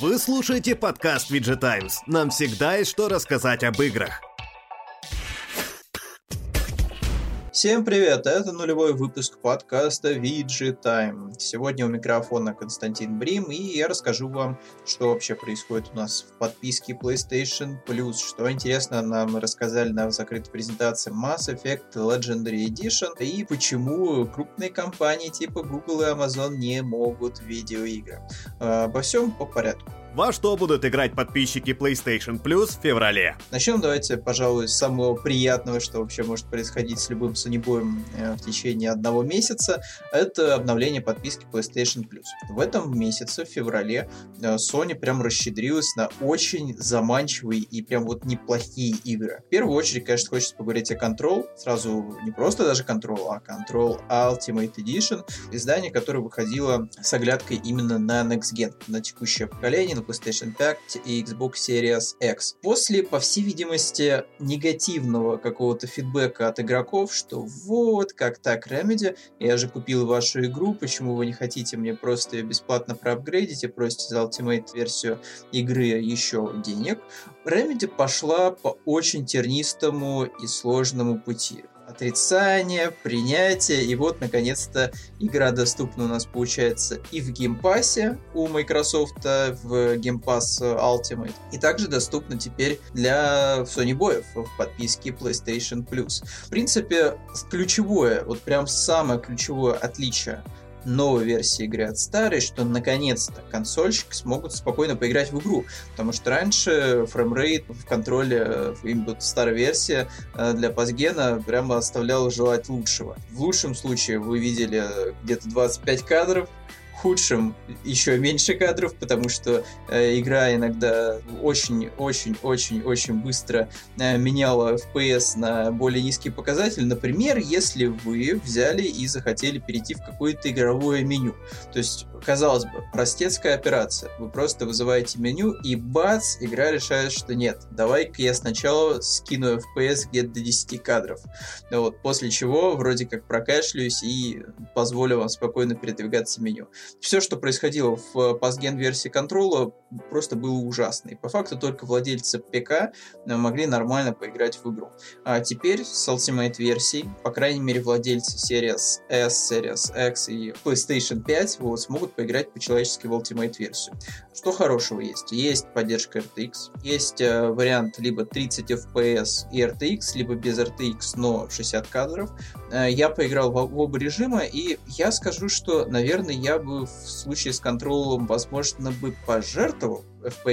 Вы слушаете подкаст VG Times. Нам всегда есть что рассказать об играх. Всем привет, это нулевой выпуск подкаста VG Time. Сегодня у микрофона Константин Брим, и я расскажу вам, что вообще происходит у нас в подписке PlayStation Plus, что интересно нам рассказали на закрытой презентации Mass Effect Legendary Edition, и почему крупные компании типа Google и Amazon не могут в видеоигры. Обо всем по порядку. Во что будут играть подписчики PlayStation Plus в феврале? Начнем давайте, пожалуй, с самого приятного, что вообще может происходить с любым сонибоем в течение одного месяца. Это обновление подписки PlayStation Plus. В этом месяце, в феврале, Sony прям расщедрилась на очень заманчивые и прям вот неплохие игры. В первую очередь, конечно, хочется поговорить о Control. Сразу не просто даже Control, а Control Ultimate Edition. Издание, которое выходило с оглядкой именно на Next Gen, на текущее поколение, PlayStation 5 и Xbox Series X. После, по всей видимости, негативного какого-то фидбэка от игроков, что вот, как так, Remedy, я же купил вашу игру, почему вы не хотите мне просто ее бесплатно проапгрейдить и просите за Ultimate версию игры еще денег, Remedy пошла по очень тернистому и сложному пути. Отрицание, принятие, и вот, наконец-то, игра доступна у нас, получается, и в геймпассе у Microsoft, в Game Pass Ultimate, и также доступна теперь для сонибоев в подписке PlayStation Plus. В принципе, ключевое, вот прям самое ключевое отличие новой версии игры от старой, что наконец-то консольщики смогут спокойно поиграть в игру, потому что раньше фреймрейт в контроле, именно старая версия для пасгена прямо оставляла желать лучшего. В лучшем случае вы видели где-то 25 кадров, в худшем еще меньше кадров, потому что игра иногда очень-очень-очень быстро меняла FPS на более низкий показатель. Например, если вы взяли и захотели перейти в какое-то игровое меню. То есть, казалось бы, простецкая операция. Вы просто вызываете меню, и бац, игра решает, что нет, давай-ка я сначала скину FPS где-то до 10 кадров. Вот, после чего вроде как прокашляюсь и позволю вам спокойно передвигаться в меню. Все, что происходило в пасген-версии контрола, просто было ужасно. И по факту только владельцы ПК могли нормально поиграть в игру. А теперь с Ultimate-версией, по крайней мере, владельцы Series S, Series X и PlayStation 5 вот, смогут поиграть по-человечески в Ultimate-версию. Что хорошего есть? Есть поддержка RTX, есть вариант либо 30 FPS и RTX, либо без RTX, но 60 кадров. Я поиграл в оба режима, и я скажу, что, наверное, я бы в случае с контролем, возможно, бы пожертвовал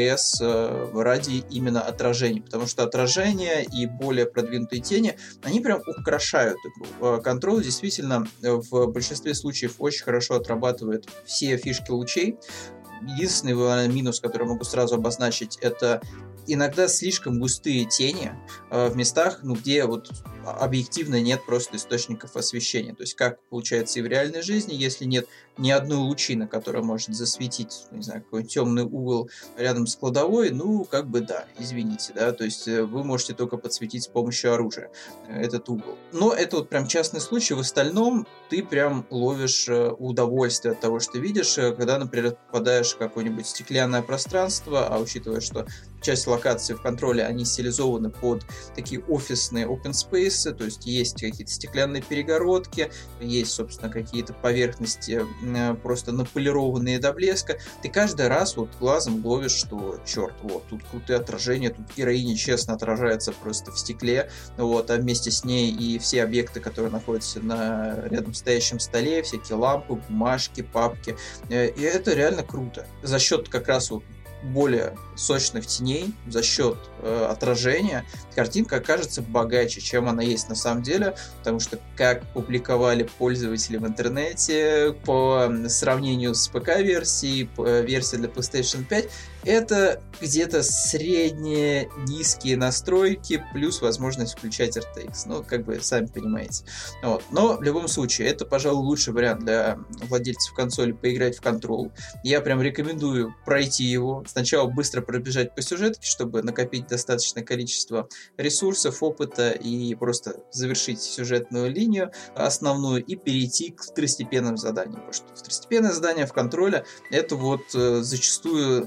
FPS ради именно отражения, потому что отражение и более продвинутые тени, они прям украшают игру. Контрол действительно в большинстве случаев очень хорошо отрабатывает все фишки лучей. Единственный минус, который могу сразу обозначить, это иногда слишком густые тени в местах, где вот объективно нет просто источников освещения. То есть как получается и в реальной жизни, если нет ни одной лучины, которая может засветить, не знаю, какой-нибудь темный угол рядом с кладовой, да, извините, да, то есть вы можете только подсветить с помощью оружия этот угол. Но это вот прям частный случай, в остальном ты прям ловишь удовольствие от того, что видишь, когда, например, попадаешь в какое-нибудь стеклянное пространство, а учитывая, что часть локаций в контроле, они стилизованы под такие офисные open space, то есть есть какие-то стеклянные перегородки, есть, собственно, какие-то поверхности просто наполированные до блеска. Ты каждый раз вот глазом ловишь, что, черт, вот, тут крутые отражения, тут героиня честно отражается просто в стекле, вот, а вместе с ней и все объекты, которые находятся на рядом стоящем столе, всякие лампы, бумажки, папки, и это реально круто. За счет как раз вот более сочных теней, за счет отражения, картинка кажется богаче, чем она есть на самом деле, потому что, как публиковали пользователи в интернете, по сравнению с ПК-версией, версия для PlayStation 5, это где-то средние низкие настройки плюс возможность включать RTX. Сами понимаете. Вот. Но в любом случае, это, пожалуй, лучший вариант для владельцев консоли поиграть в Control. Я прям рекомендую пройти его. Сначала быстро пробежать по сюжетке, чтобы накопить достаточное количество ресурсов, опыта и просто завершить сюжетную линию основную и перейти к второстепенным заданиям. Потому что второстепенное задание в контроле — это вот зачастую, наверное,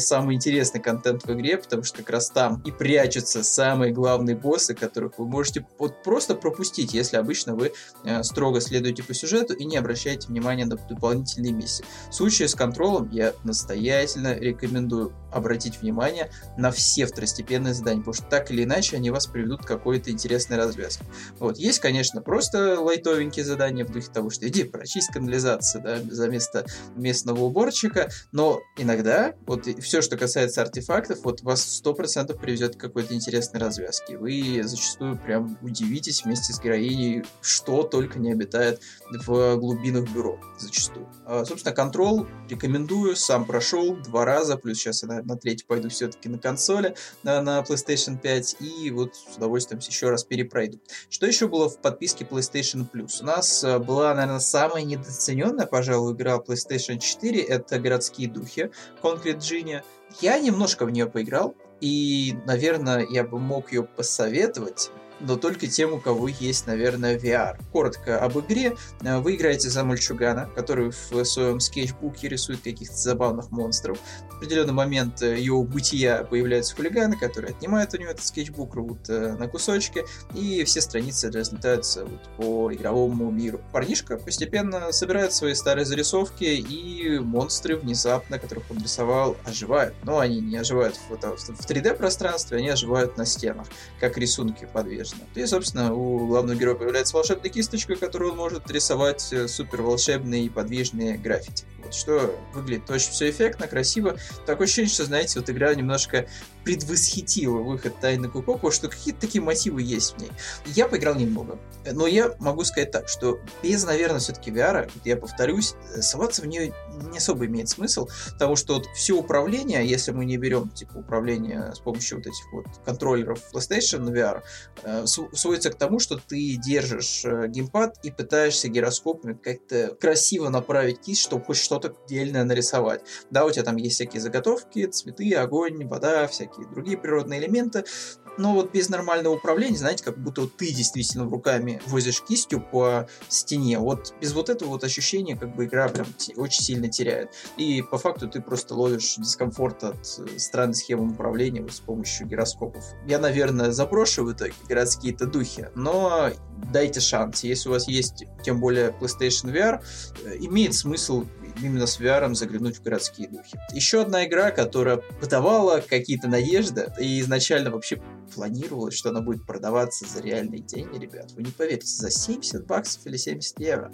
самый интересный контент в игре, потому что как раз там и прячутся самые главные боссы, которых вы можете вот просто пропустить, если обычно вы строго следуете по сюжету и не обращаете внимания на дополнительные миссии. В случае с контролом я настоятельно рекомендую обратить внимание на все второстепенные задания, потому что так или иначе они вас приведут к какой-то интересной развязке. Вот. Есть, конечно, просто лайтовенькие задания в духе того, что иди прочисть канализацию, да, за место местного уборщика, но иногда вот все, что касается артефактов, вот вас 100% приведет к какой-то интересной развязке. Вы зачастую прям удивитесь вместе с героиней, что только не обитает в глубинах бюро зачастую. Собственно, контрол рекомендую, сам прошел 2 раза, плюс сейчас я на третий пойду все-таки на консоли, на PlayStation 5, и вот с удовольствием еще раз перепройду. Что еще было в подписке PlayStation Plus? У нас была, наверное, самая недооцененная, пожалуй, игра PlayStation 4, это «Городские духи» Concrete Genie. Я немножко в нее поиграл, и, наверное, я бы мог ее посоветовать, но только тем, у кого есть, наверное, VR. Коротко об игре. Вы играете за мальчугана, который в своем скетчбуке рисует каких-то забавных монстров. В определенный момент его бытия появляются хулиганы, которые отнимают у него этот скетчбук, рвут на кусочки, и все страницы разлетаются вот по игровому миру. Парнишка постепенно собирает свои старые зарисовки, и монстры внезапно, которых он рисовал, оживают. Но они не оживают в 3D-пространстве, они оживают на стенах, как рисунки подвешены. И, собственно, у главного героя появляется волшебная кисточка, которую он может рисовать супер волшебные и подвижные граффити. Вот, что выглядит очень все эффектно, красиво. Такое ощущение, что, знаете, вот игра немножко предвосхитила выход Тайны Кукоко, что какие-то такие мотивы есть в ней. Я поиграл немного, но я могу сказать так, что без, наверное, все-таки VR, я повторюсь, соваться в нее не особо имеет смысл, потому что вот все управление, если мы не берем типа управление с помощью вот этих вот контроллеров PlayStation VR, сводится к тому, что ты держишь геймпад и пытаешься гироскопами как-то красиво направить кисть, чтобы хоть что-то дельное нарисовать. Да, у тебя там есть всякие заготовки, цветы, огонь, вода, всякие другие природные элементы, но вот без нормального управления, знаете, как будто вот ты действительно руками возишь кистью по стене. Вот без вот этого вот ощущения как бы игра прям очень сильно теряет. И по факту ты просто ловишь дискомфорт от странной схемы управления вот с помощью гироскопов. Я, наверное, заброшу в итоге городские-то духи, но дайте шанс. Если у вас есть, тем более, PlayStation VR, имеет смысл именно с VR заглянуть в городские духи. Еще одна игра, которая подавала какие-то надежды, и изначально вообще планировалось, что она будет продаваться за реальные деньги, ребят. Вы не поверите, за $70 или 70 евро.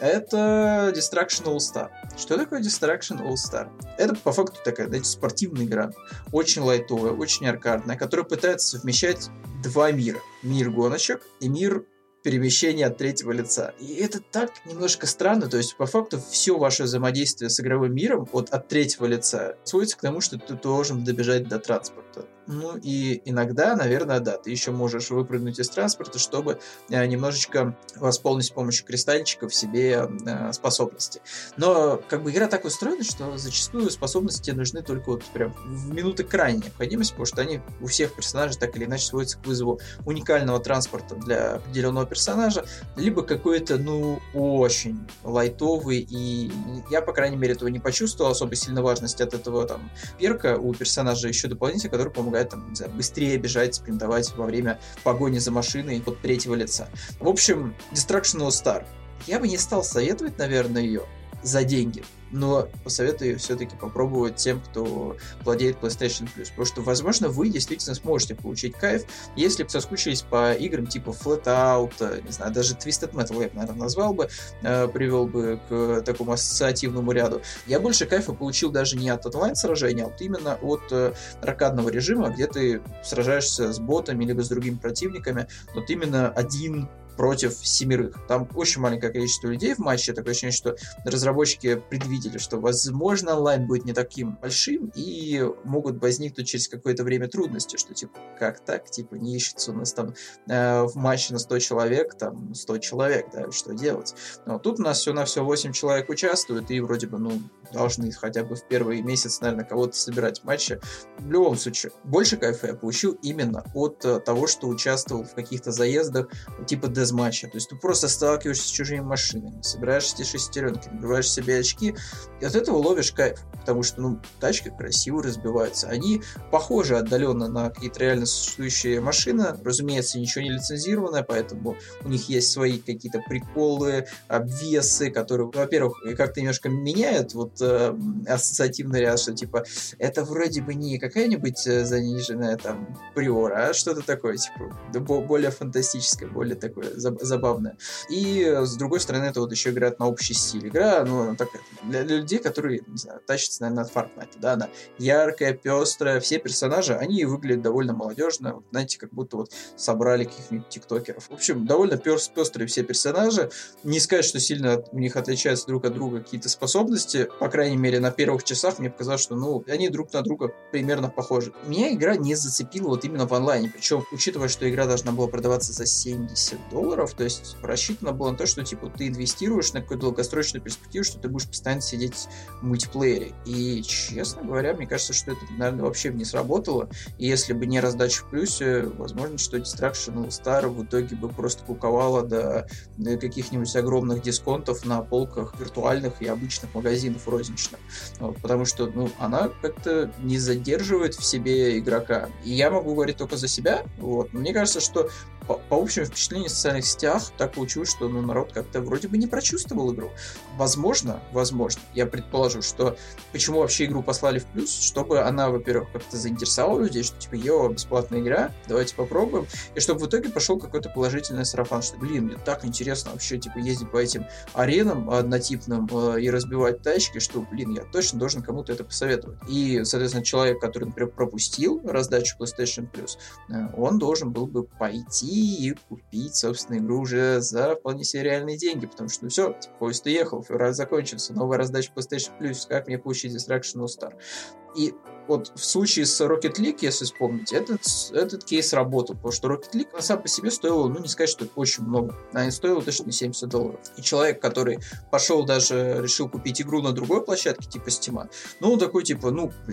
Это Destruction All Star. Что такое Destruction All Star? Это по факту такая, знаете, спортивная игра. Очень лайтовая, очень аркадная, которая пытается совмещать 2 мира. Мир гоночек и мир перемещение от третьего лица. И это так немножко странно, то есть по факту все ваше взаимодействие с игровым миром от третьего лица сводится к тому, что ты должен добежать до транспорта. Ну и иногда, наверное, да, ты еще можешь выпрыгнуть из транспорта, чтобы немножечко восполнить с помощью кристальчиков себе способности. Но как бы игра так устроена, что зачастую способности нужны только вот прям в минуты крайней необходимости, потому что они у всех персонажей так или иначе сводятся к вызову уникального транспорта для определенного персонажа, либо какой-то, ну, очень лайтовый, и я, по крайней мере, этого не почувствовал особой сильной важности от этого там перка у персонажа еще дополнительно, который помогает там, не знаю, быстрее бежать, спринтовать во время погони за машиной от третьего лица. В общем, Destruction All Star. Я бы не стал советовать, наверное, ее за деньги, но посоветую ее все-таки попробовать тем, кто владеет PlayStation Plus, потому что, возможно, вы действительно сможете получить кайф, если бы соскучились по играм типа Flatout, не знаю, даже Twisted Metal я бы, наверное, назвал бы, привел бы к такому ассоциативному ряду. Я больше кайфа получил даже не от онлайн-сражения, а вот именно от аркадного режима, где ты сражаешься с ботами либо с другими противниками, вот именно один против 7. Там очень маленькое количество людей в матче, такое ощущение, что разработчики предвидели, что, возможно, онлайн будет не таким большим, и могут возникнуть через какое-то время трудности, что, типа, как так, типа, не ищется у нас там в матче на 100 человек, там, 100 человек, да, что делать? Но тут у нас всего-навсего 8 человек участвуют, и вроде бы, ну, должны хотя бы в первый месяц, наверное, кого-то собирать в матче. В любом случае, больше кайфа я получил именно от того, что участвовал в каких-то заездах, типа Death дезматча. То есть ты просто сталкиваешься с чужими машинами, собираешь эти шестеренки, набиваешь себе очки, и от этого ловишь кайф, потому что, тачки красиво разбиваются. Они похожи отдаленно на какие-то реально существующие машины, разумеется, ничего не лицензированное, поэтому у них есть свои какие-то приколы, обвесы, которые, во-первых, как-то немножко меняют ассоциативный ряд, что типа это вроде бы не какая-нибудь заниженная там приора, а что-то такое, типа, более фантастическое, более такое забавное. И с другой стороны, это еще играет на общий стиль. Игра, она такая, для людей, которые, не знаю, тащатся, наверное, от Fortnite, да, она яркая, пестрая, все персонажи, они выглядят довольно молодежно, знаете, как будто собрали каких-нибудь тиктокеров. В общем, довольно пестрые все персонажи. Не сказать, что сильно у них отличаются друг от друга какие-то способности. По крайней мере, на первых часах мне показалось, что, они друг на друга примерно похожи. Меня игра не зацепила именно в онлайне. Причем, учитывая, что игра должна была продаваться за $70, то есть рассчитано было на то, что, типа, ты инвестируешь на какую-то долгосрочную перспективу, что ты будешь постоянно сидеть в мультиплеере. И, честно говоря, мне кажется, что это, наверное, вообще не сработало. И если бы не раздача в плюсе, возможно, что Destruction All Star в итоге бы просто куковала до каких-нибудь огромных дисконтов на полках виртуальных и обычных магазинов розничных. Потому что, она как-то не задерживает в себе игрока. И я могу говорить только за себя. Мне кажется, что по общему впечатлению в социальных сетях так получилось, что народ как-то вроде бы не прочувствовал игру. Возможно, я предположу, что почему вообще игру послали в плюс, чтобы она, во-первых, как-то заинтересовала людей, что типа, бесплатная игра, давайте попробуем, и чтобы в итоге пошел какой-то положительный сарафан, что, мне так интересно вообще, типа, ездить по этим аренам однотипным и разбивать тачки, что, я точно должен кому-то это посоветовать. И, соответственно, человек, который, например, пропустил раздачу PlayStation Plus, он должен был бы пойти и купить, собственно, игру уже за вполне себе реальные деньги, потому что, все, поезд уехал, февраль закончился, новая раздача PlayStation Plus, как мне получить Destruction All Star? И в случае с Rocket League, если вспомнить, этот кейс работал, потому что Rocket League сам по себе стоил, не сказать, что очень много, она стоила точно $70. И человек, который пошел даже, решил купить игру на другой площадке, типа Steam, он такой, типа,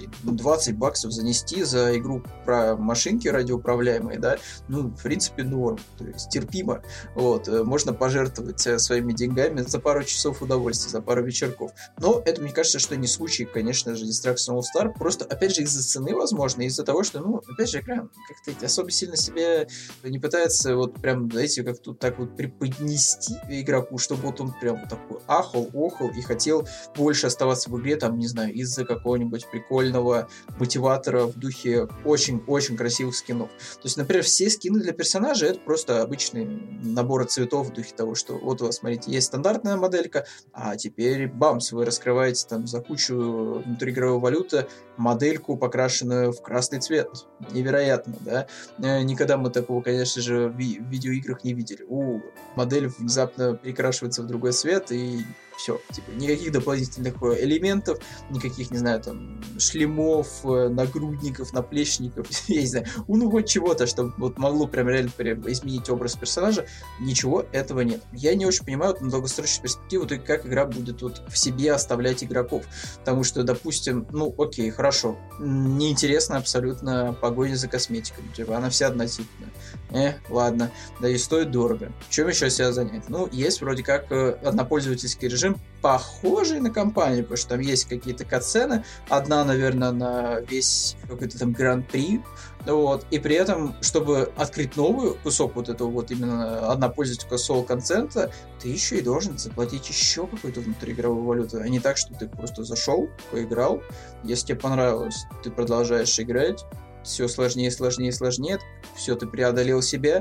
$20 занести за игру про машинки радиоуправляемые, да, в принципе, норм, то есть терпимо, можно пожертвовать своими деньгами за пару часов удовольствия, за пару вечерков. Но это, мне кажется, что не случай, конечно же, Destruction All Star, просто, опять же, из-за цены, возможно, из-за того, что, опять же, игра как-то особо сильно себе не пытается прям, знаете, как тут так преподнести игроку, чтобы он прям такой охал и хотел больше оставаться в игре, там, не знаю, из-за какого-нибудь прикольного мотиватора в духе очень-очень красивых скинов. То есть, например, все скины для персонажей — это просто обычные наборы цветов в духе того, что у вас, смотрите, есть стандартная моделька, а теперь, бамс, вы раскрываете там за кучу внутриигровой валюты модельку, покрашенную в красный цвет. Невероятно, да? Никогда мы такого, конечно же, в видеоиграх не видели. Модель внезапно перекрашивается в другой цвет, и все, типа, никаких дополнительных элементов, никаких, не знаю, там, шлемов, нагрудников, наплечников, я не знаю, хоть чего-то, чтобы могло прям реально изменить образ персонажа, ничего этого нет. Я не очень понимаю на долгосрочную перспективу, как игра будет в себе оставлять игроков, потому что, допустим, окей, хорошо, неинтересно абсолютно погоня за косметикой, типа, она вся однотипная. Ладно, да и стоит дорого. Чем еще себя занять? Есть вроде как однопользовательский режим, похожий на кампанию, потому что там есть какие-то катсцены, одна, наверное, на весь какой-то там гран-при, и при этом, чтобы открыть новый кусок этого именно однопользовательского соло-контента, ты еще и должен заплатить еще какую-то внутриигровую валюту, а не так, что ты просто зашел, поиграл, если тебе понравилось, ты продолжаешь играть, все сложнее, сложнее, сложнее, все, ты преодолел себя,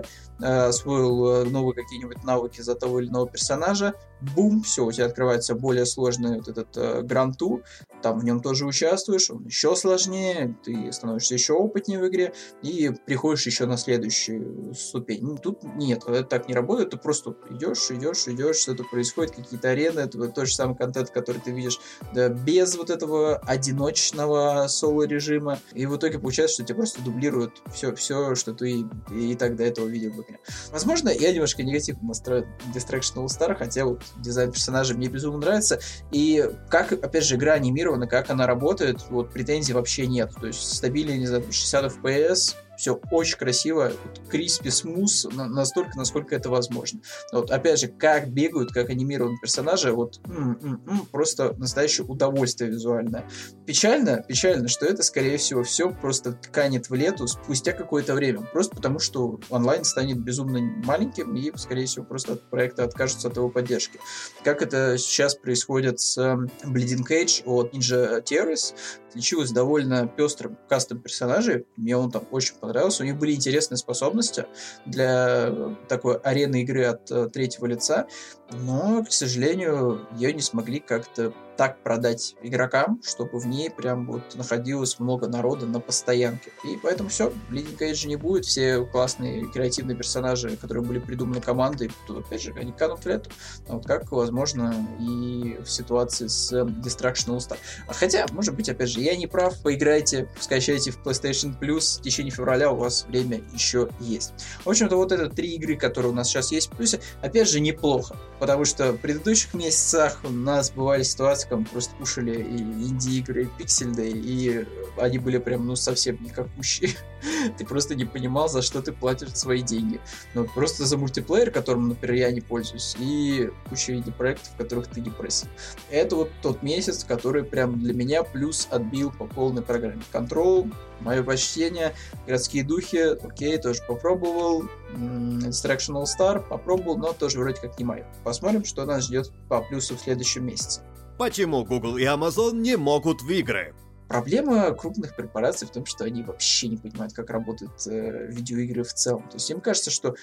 освоил новые какие-нибудь навыки за того или иного персонажа, бум, все, у тебя открывается более сложный этот гранд-тур, там в нем тоже участвуешь, он еще сложнее, ты становишься еще опытнее в игре и приходишь еще на следующую ступень. Тут нет, это так не работает, ты просто идешь, что-то происходит, какие-то арены, это тот же самый контент, который ты видишь, да, без этого одиночного соло-режима, и в итоге получается, что тебе просто дублируют все, что ты и так до этого видел в игре. Возможно, я немножко негативно настроен Destruction All Star, хотя дизайн персонажа мне безумно нравится, и как, опять же, игра анимирована, как она работает, претензий вообще нет, то есть стабильно, не знаю, 60 FPS, все очень красиво, криспи, смус, настолько, насколько это возможно. Вот, опять же, как бегают, как анимированы персонажи, вот просто настоящее удовольствие визуальное. Печально, что это, скорее всего, все просто канет в лету спустя какое-то время, просто потому что онлайн станет безумно маленьким и, скорее всего, просто от проекта откажутся от его поддержки. Как это сейчас происходит с Bleeding Edge от Ninja Theories, отличилась довольно пестрым кастом персонажей. Мне он там очень понравился. У них были интересные способности для такой арены игры от третьего лица, но, к сожалению, ее не смогли как-то так продать игрокам, чтобы в ней прям вот находилось много народа на постоянке. И поэтому все, Bleeding Edge не будет. Все классные креативные персонажи, которые были придуманы командой, то, опять же, они канут в лету. Вот как, возможно, и в ситуации с Destruction All Star. Хотя, может быть, опять же, я не прав. Поиграйте, скачайте в PlayStation Plus. В течение февраля у вас время еще есть. В общем-то, вот это 3 игры, которые у нас сейчас есть в плюсе. Опять же, неплохо. Потому что в предыдущих месяцах у нас бывали ситуации, когда мы просто кушали и инди-игры, и пиксельные, и они были прям, совсем никакущие. Ты просто не понимал, за что ты платишь свои деньги. Но просто за мультиплеер, которым, например, я не пользуюсь, и куча проектов, которых ты не просил. Это вот тот месяц, который прям для меня плюс отбил по полной программе. Control, мое почтение, городские духи, окей, тоже попробовал. Destruction All Star попробовал, но тоже вроде как не мое. Посмотрим, что нас ждет по плюсу в следующем месяце. Почему Google и Amazon не могут в игры? Проблема крупных корпораций в том, что они вообще не понимают, как работают видеоигры в целом. То есть им кажется, что,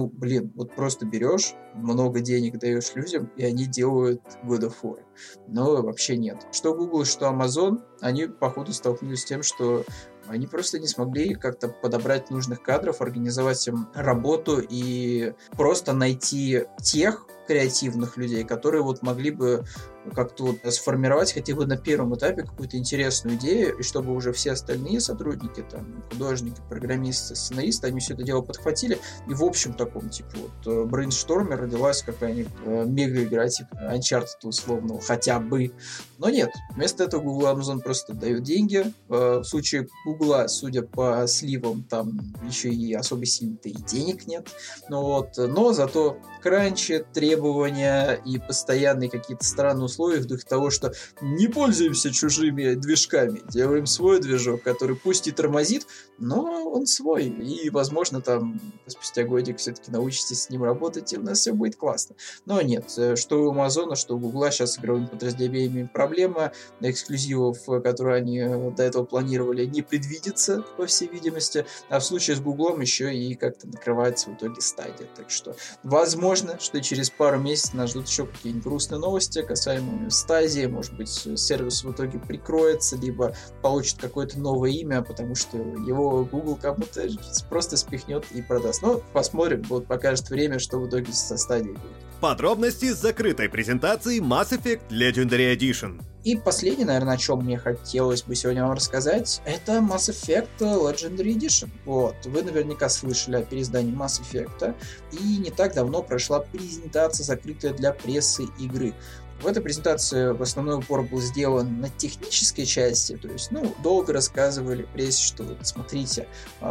вот просто берешь, много денег даешь людям, и они делают God of War. Но вообще нет. Что Google, что Amazon, они, походу, столкнулись с тем, что они просто не смогли как-то подобрать нужных кадров, организовать им работу и просто найти тех креативных людей, которые вот могли бы как-то вот сформировать хотя бы на первом этапе какую-то интересную идею, и чтобы уже все остальные сотрудники, там, художники, программисты, сценаристы, они все это дело подхватили, и в общем таком, брейншторме родилась какая-нибудь мега-игра, Uncharted условного, хотя бы. Но нет, вместо этого Google и Amazon просто дают деньги. В случае Google, судя по сливам, там еще и особо сильно-то и денег нет. Но зато кранчи, требования и постоянные какие-то странные условия в духе того, что не пользуемся чужими движками, делаем свой движок, который пусть и тормозит, но он свой. И, возможно, там спустя годик все-таки научитесь с ним работать, и у нас все будет классно. Но нет, что у Амазона, что у Гугла сейчас с игровыми подразделениями проблема. Эксклюзивов, которые они до этого планировали, не предвидится, по всей видимости. А в случае с Гуглом еще и как-то накрывается в итоге стадия. Так что, возможно, что через пару месяцев нас ждут еще какие-нибудь грустные новости касаемо стадии. Может быть, сервис в итоге прикроется, либо получит какое-то новое имя, потому что его Google кому-то просто спихнет и продаст. Но посмотрим, вот покажет время, что в итоге со стадией будет. Подробности с закрытой презентации Mass Effect Legendary Edition. И последнее, наверное, о чем мне хотелось бы сегодня вам рассказать, это Mass Effect Legendary Edition. Вот. Вы наверняка слышали о переиздании Mass Effect, и не так давно прошла презентация, закрытая для прессы игры. В этой презентации в основной упор был сделан на технической части, то есть, долго рассказывали прессе, что вот смотрите,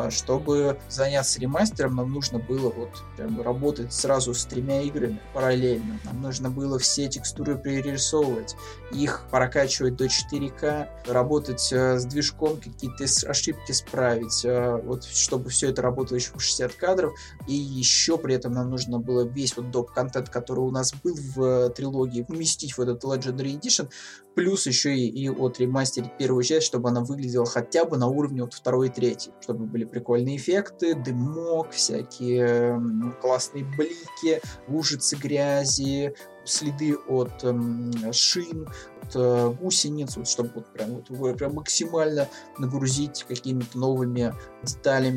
чтобы заняться ремастером, нам нужно было работать сразу с 3 играми параллельно. Нам нужно было все текстуры перерисовывать, их прокачивать до 4К, работать с движком, какие-то ошибки справить, чтобы все это работало еще в 60 кадров, и еще при этом нам нужно было весь доп-контент, который у нас был в трилогии, вместить в этот Legendary Edition, плюс еще и ремастерить первую часть, чтобы она выглядела хотя бы на уровне 2 и 3, чтобы были прикольные эффекты, дымок, всякие классные блики, лужицы грязи, следы от шин, от гусениц, чтобы прям максимально нагрузить какими-то новыми деталями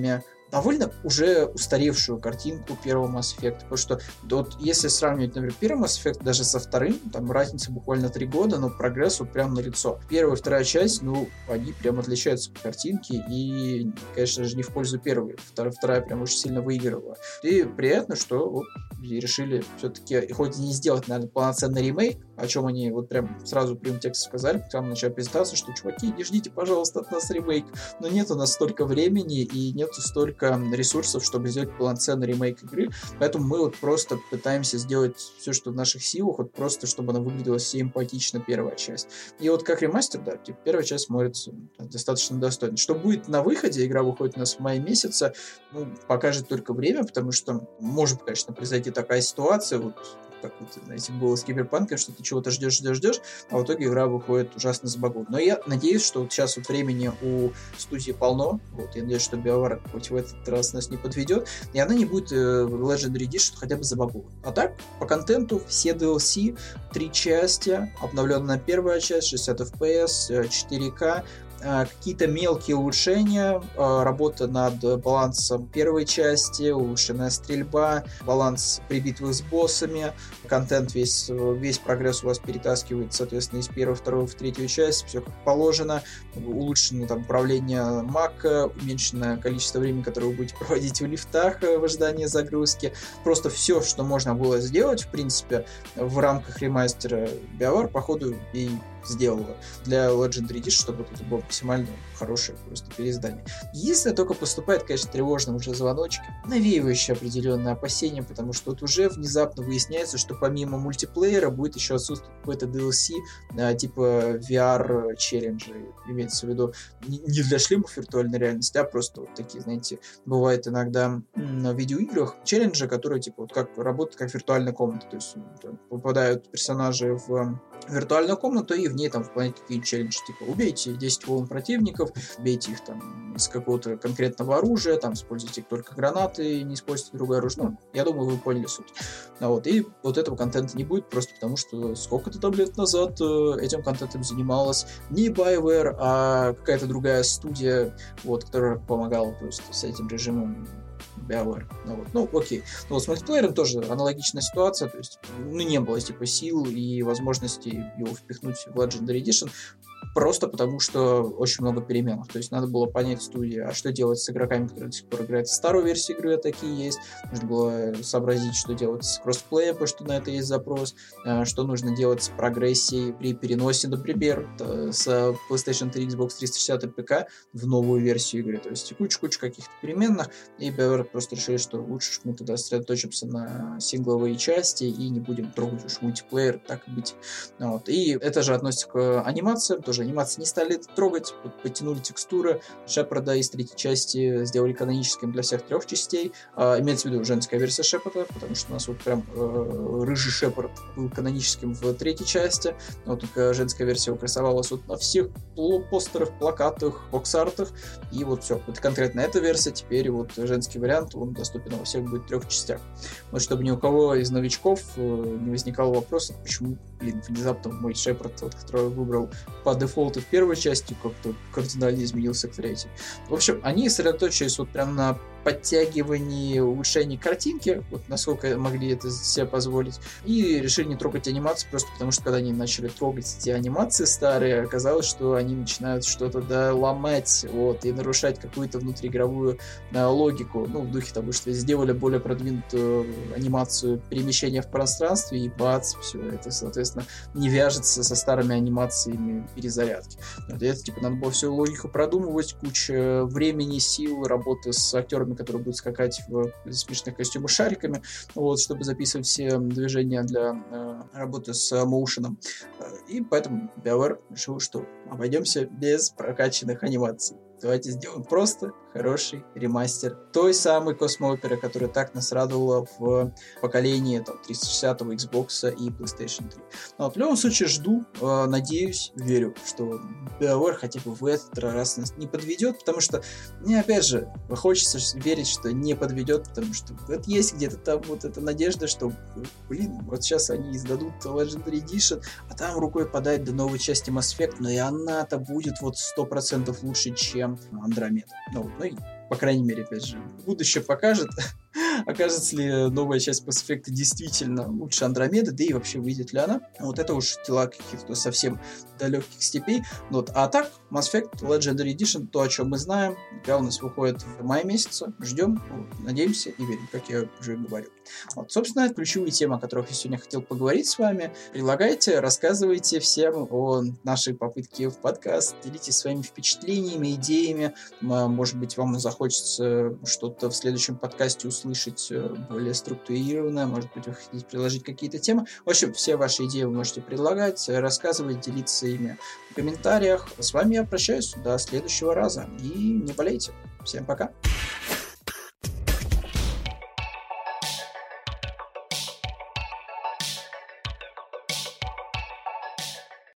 довольно уже устаревшую картинку первого Mass Effect, потому что вот если сравнивать, например, первый Mass Effect даже со вторым, там разница буквально 3 года, но прогресс вот прям налицо. Первая и вторая часть, они прям отличаются по картинке, и, конечно же, не в пользу первой. Вторая прям очень сильно выигрывала. И приятно, что вот решили все-таки, хоть и не сделать, наверное, полноценный ремейк, о чем они вот прям сразу прямым текстом сказали, в самом начале презентации, что, чуваки, не ждите, пожалуйста, от нас ремейк. Но нет у нас столько времени и нету столько ресурсов, чтобы сделать полноценный ремейк игры, поэтому мы вот просто пытаемся сделать все, что в наших силах, вот просто, чтобы она выглядела симпатично, первая часть. И вот как ремастер, да, первая часть смотрится достаточно достойно. Что будет на выходе, игра выходит у нас в мае месяце, покажет только время, потому что может, конечно, произойти такая ситуация, вот как вот, знаете, было с Киберпанком, что ты чего-то ждешь, а в итоге игра выходит ужасно забагованно. Но я надеюсь, что вот сейчас вот времени у студии полно, вот, я надеюсь, что BioWare хоть в этот раз нас не подведет, и она не будет Legendary Edition хотя бы забагована. А так, по контенту все DLC, 3 части, обновленная первая часть, 60 FPS, 4К, какие-то мелкие улучшения, работа над балансом первой части, улучшенная стрельба, баланс при битвах с боссами, контент весь прогресс у вас перетаскивает, соответственно, из первой, второй в третью часть, все как положено, улучшено там управление Мака, уменьшенное количество времени, которое вы будете проводить в лифтах в ожидании загрузки, просто все, что можно было сделать, в принципе, в рамках ремастера BioWare, походу, и сделала для Legendary Edition, чтобы это было максимально хорошее просто переиздание. Если только поступает, конечно, тревожным уже звоночек, навеивающий определенные опасения, потому что вот уже внезапно выясняется, что помимо мультиплеера будет еще отсутствовать какой-то DLC, типа VR-челленджи, имеется в виду не для шлемов виртуальной реальности, а просто вот такие, знаете, бывает иногда в видеоиграх челленджи, которые типа вот как работают как виртуальная комната, то есть попадают персонажи в виртуальную комнату, и в ней там выполнять какие-нибудь челленджи, типа убейте 10 волн противников, бейте их там из какого-то конкретного оружия, там используйте только гранаты, не используйте другое оружие. Я думаю, вы поняли суть. Вот. И вот этого контента не будет, просто потому что сколько-то там лет назад этим контентом занималась не BioWare, а какая-то другая студия, вот, которая помогала просто с этим режимом BioWare. Окей. Но вот с мультиплеером тоже аналогичная ситуация, то есть не было типа сил и возможности его впихнуть в Legendary Edition, просто потому что очень много перемен. То есть надо было понять студии, а что делать с игроками, которые до сих пор играют в старую версию игры, такие есть. Нужно было сообразить, что делать с кроссплеем, потому что на это есть запрос, что нужно делать с прогрессией при переносе, например, с PlayStation 3, Xbox 360 и ПК в новую версию игры. То есть куча каких-то переменных, и BioWare просто решили, что лучше мы тогда сосредоточимся на сингловые части и не будем трогать уж мультиплеер, так и быть. Вот. И это же относится к анимациям, тоже анимации не стали трогать, подтянули текстуры Шепарда из третьей части, сделали каноническим для всех 3 частей. Имеется в виду женская версия Шепарда, потому что у нас вот прям рыжий Шепард был каноническим в третьей части, вот только женская версия красовалась вот на всех постерах, плакатах, бокс-артах, и вот все. Вот конкретно эта версия, теперь вот женский вариант, он доступен во всех будет 3 частях. Вот чтобы ни у кого из новичков не возникало вопроса, почему, внезапно мой Шепард, вот, который я выбрал по дефолту в первой части, как-то кардинально изменился к третьей. В общем, они сосредоточились вот прям на подтягивании, улучшении картинки, вот насколько могли это себе позволить, и решили не трогать анимацию, просто потому что когда они начали трогать эти анимации старые, оказалось, что они начинают что-то ломать, вот, и нарушать какую-то внутриигровую логику, в духе того, что сделали более продвинутую анимацию перемещения в пространстве, и бац, все это, соответственно, не вяжется со старыми анимациями перезарядки. Вот, это, надо было всю логику продумывать, куча времени, сил, работы с актерами, которые будут скакать в смешных костюмах шариками, вот, чтобы записывать все движения для работы с моушеном. И поэтому BioWare решил, что обойдемся без прокачанных анимаций. Давайте сделаем просто хороший ремастер той самой космооперы, которая так нас радовала в поколении 360-го Xbox и PlayStation 3. Но в любом случае жду, надеюсь, верю, что BioWare хотя бы в этот раз нас не подведет, потому что мне, опять же, хочется верить, что не подведет, потому что вот есть где-то там вот эта надежда, что, вот сейчас они издадут Legendary Edition, а там рукой подать до новой части Mass Effect, но и она-то будет вот 100% лучше, чем Андромеда. по крайней мере, опять же, будущее покажет, окажется ли новая часть Mass Effect действительно лучше Андромеды, да и вообще выйдет ли она. Вот это уж дела каких-то совсем далеких степей. Вот. А так, Mass Effect Legendary Edition, то, о чем мы знаем, игра у нас выходит в мае месяце. Ждем, надеемся и верим, как я уже говорил. Вот, собственно, ключевые темы, о которых я сегодня хотел поговорить с вами. Предлагайте, рассказывайте всем о нашей попытке в подкаст, делитесь своими впечатлениями, идеями. Может быть, вам захочется что-то в следующем подкасте услышать более структурированное, может быть, вы хотите предложить какие-то темы. В общем, все ваши идеи вы можете предлагать, рассказывать, делиться ими в комментариях. С вами я прощаюсь до следующего раза. И не болейте. Всем пока.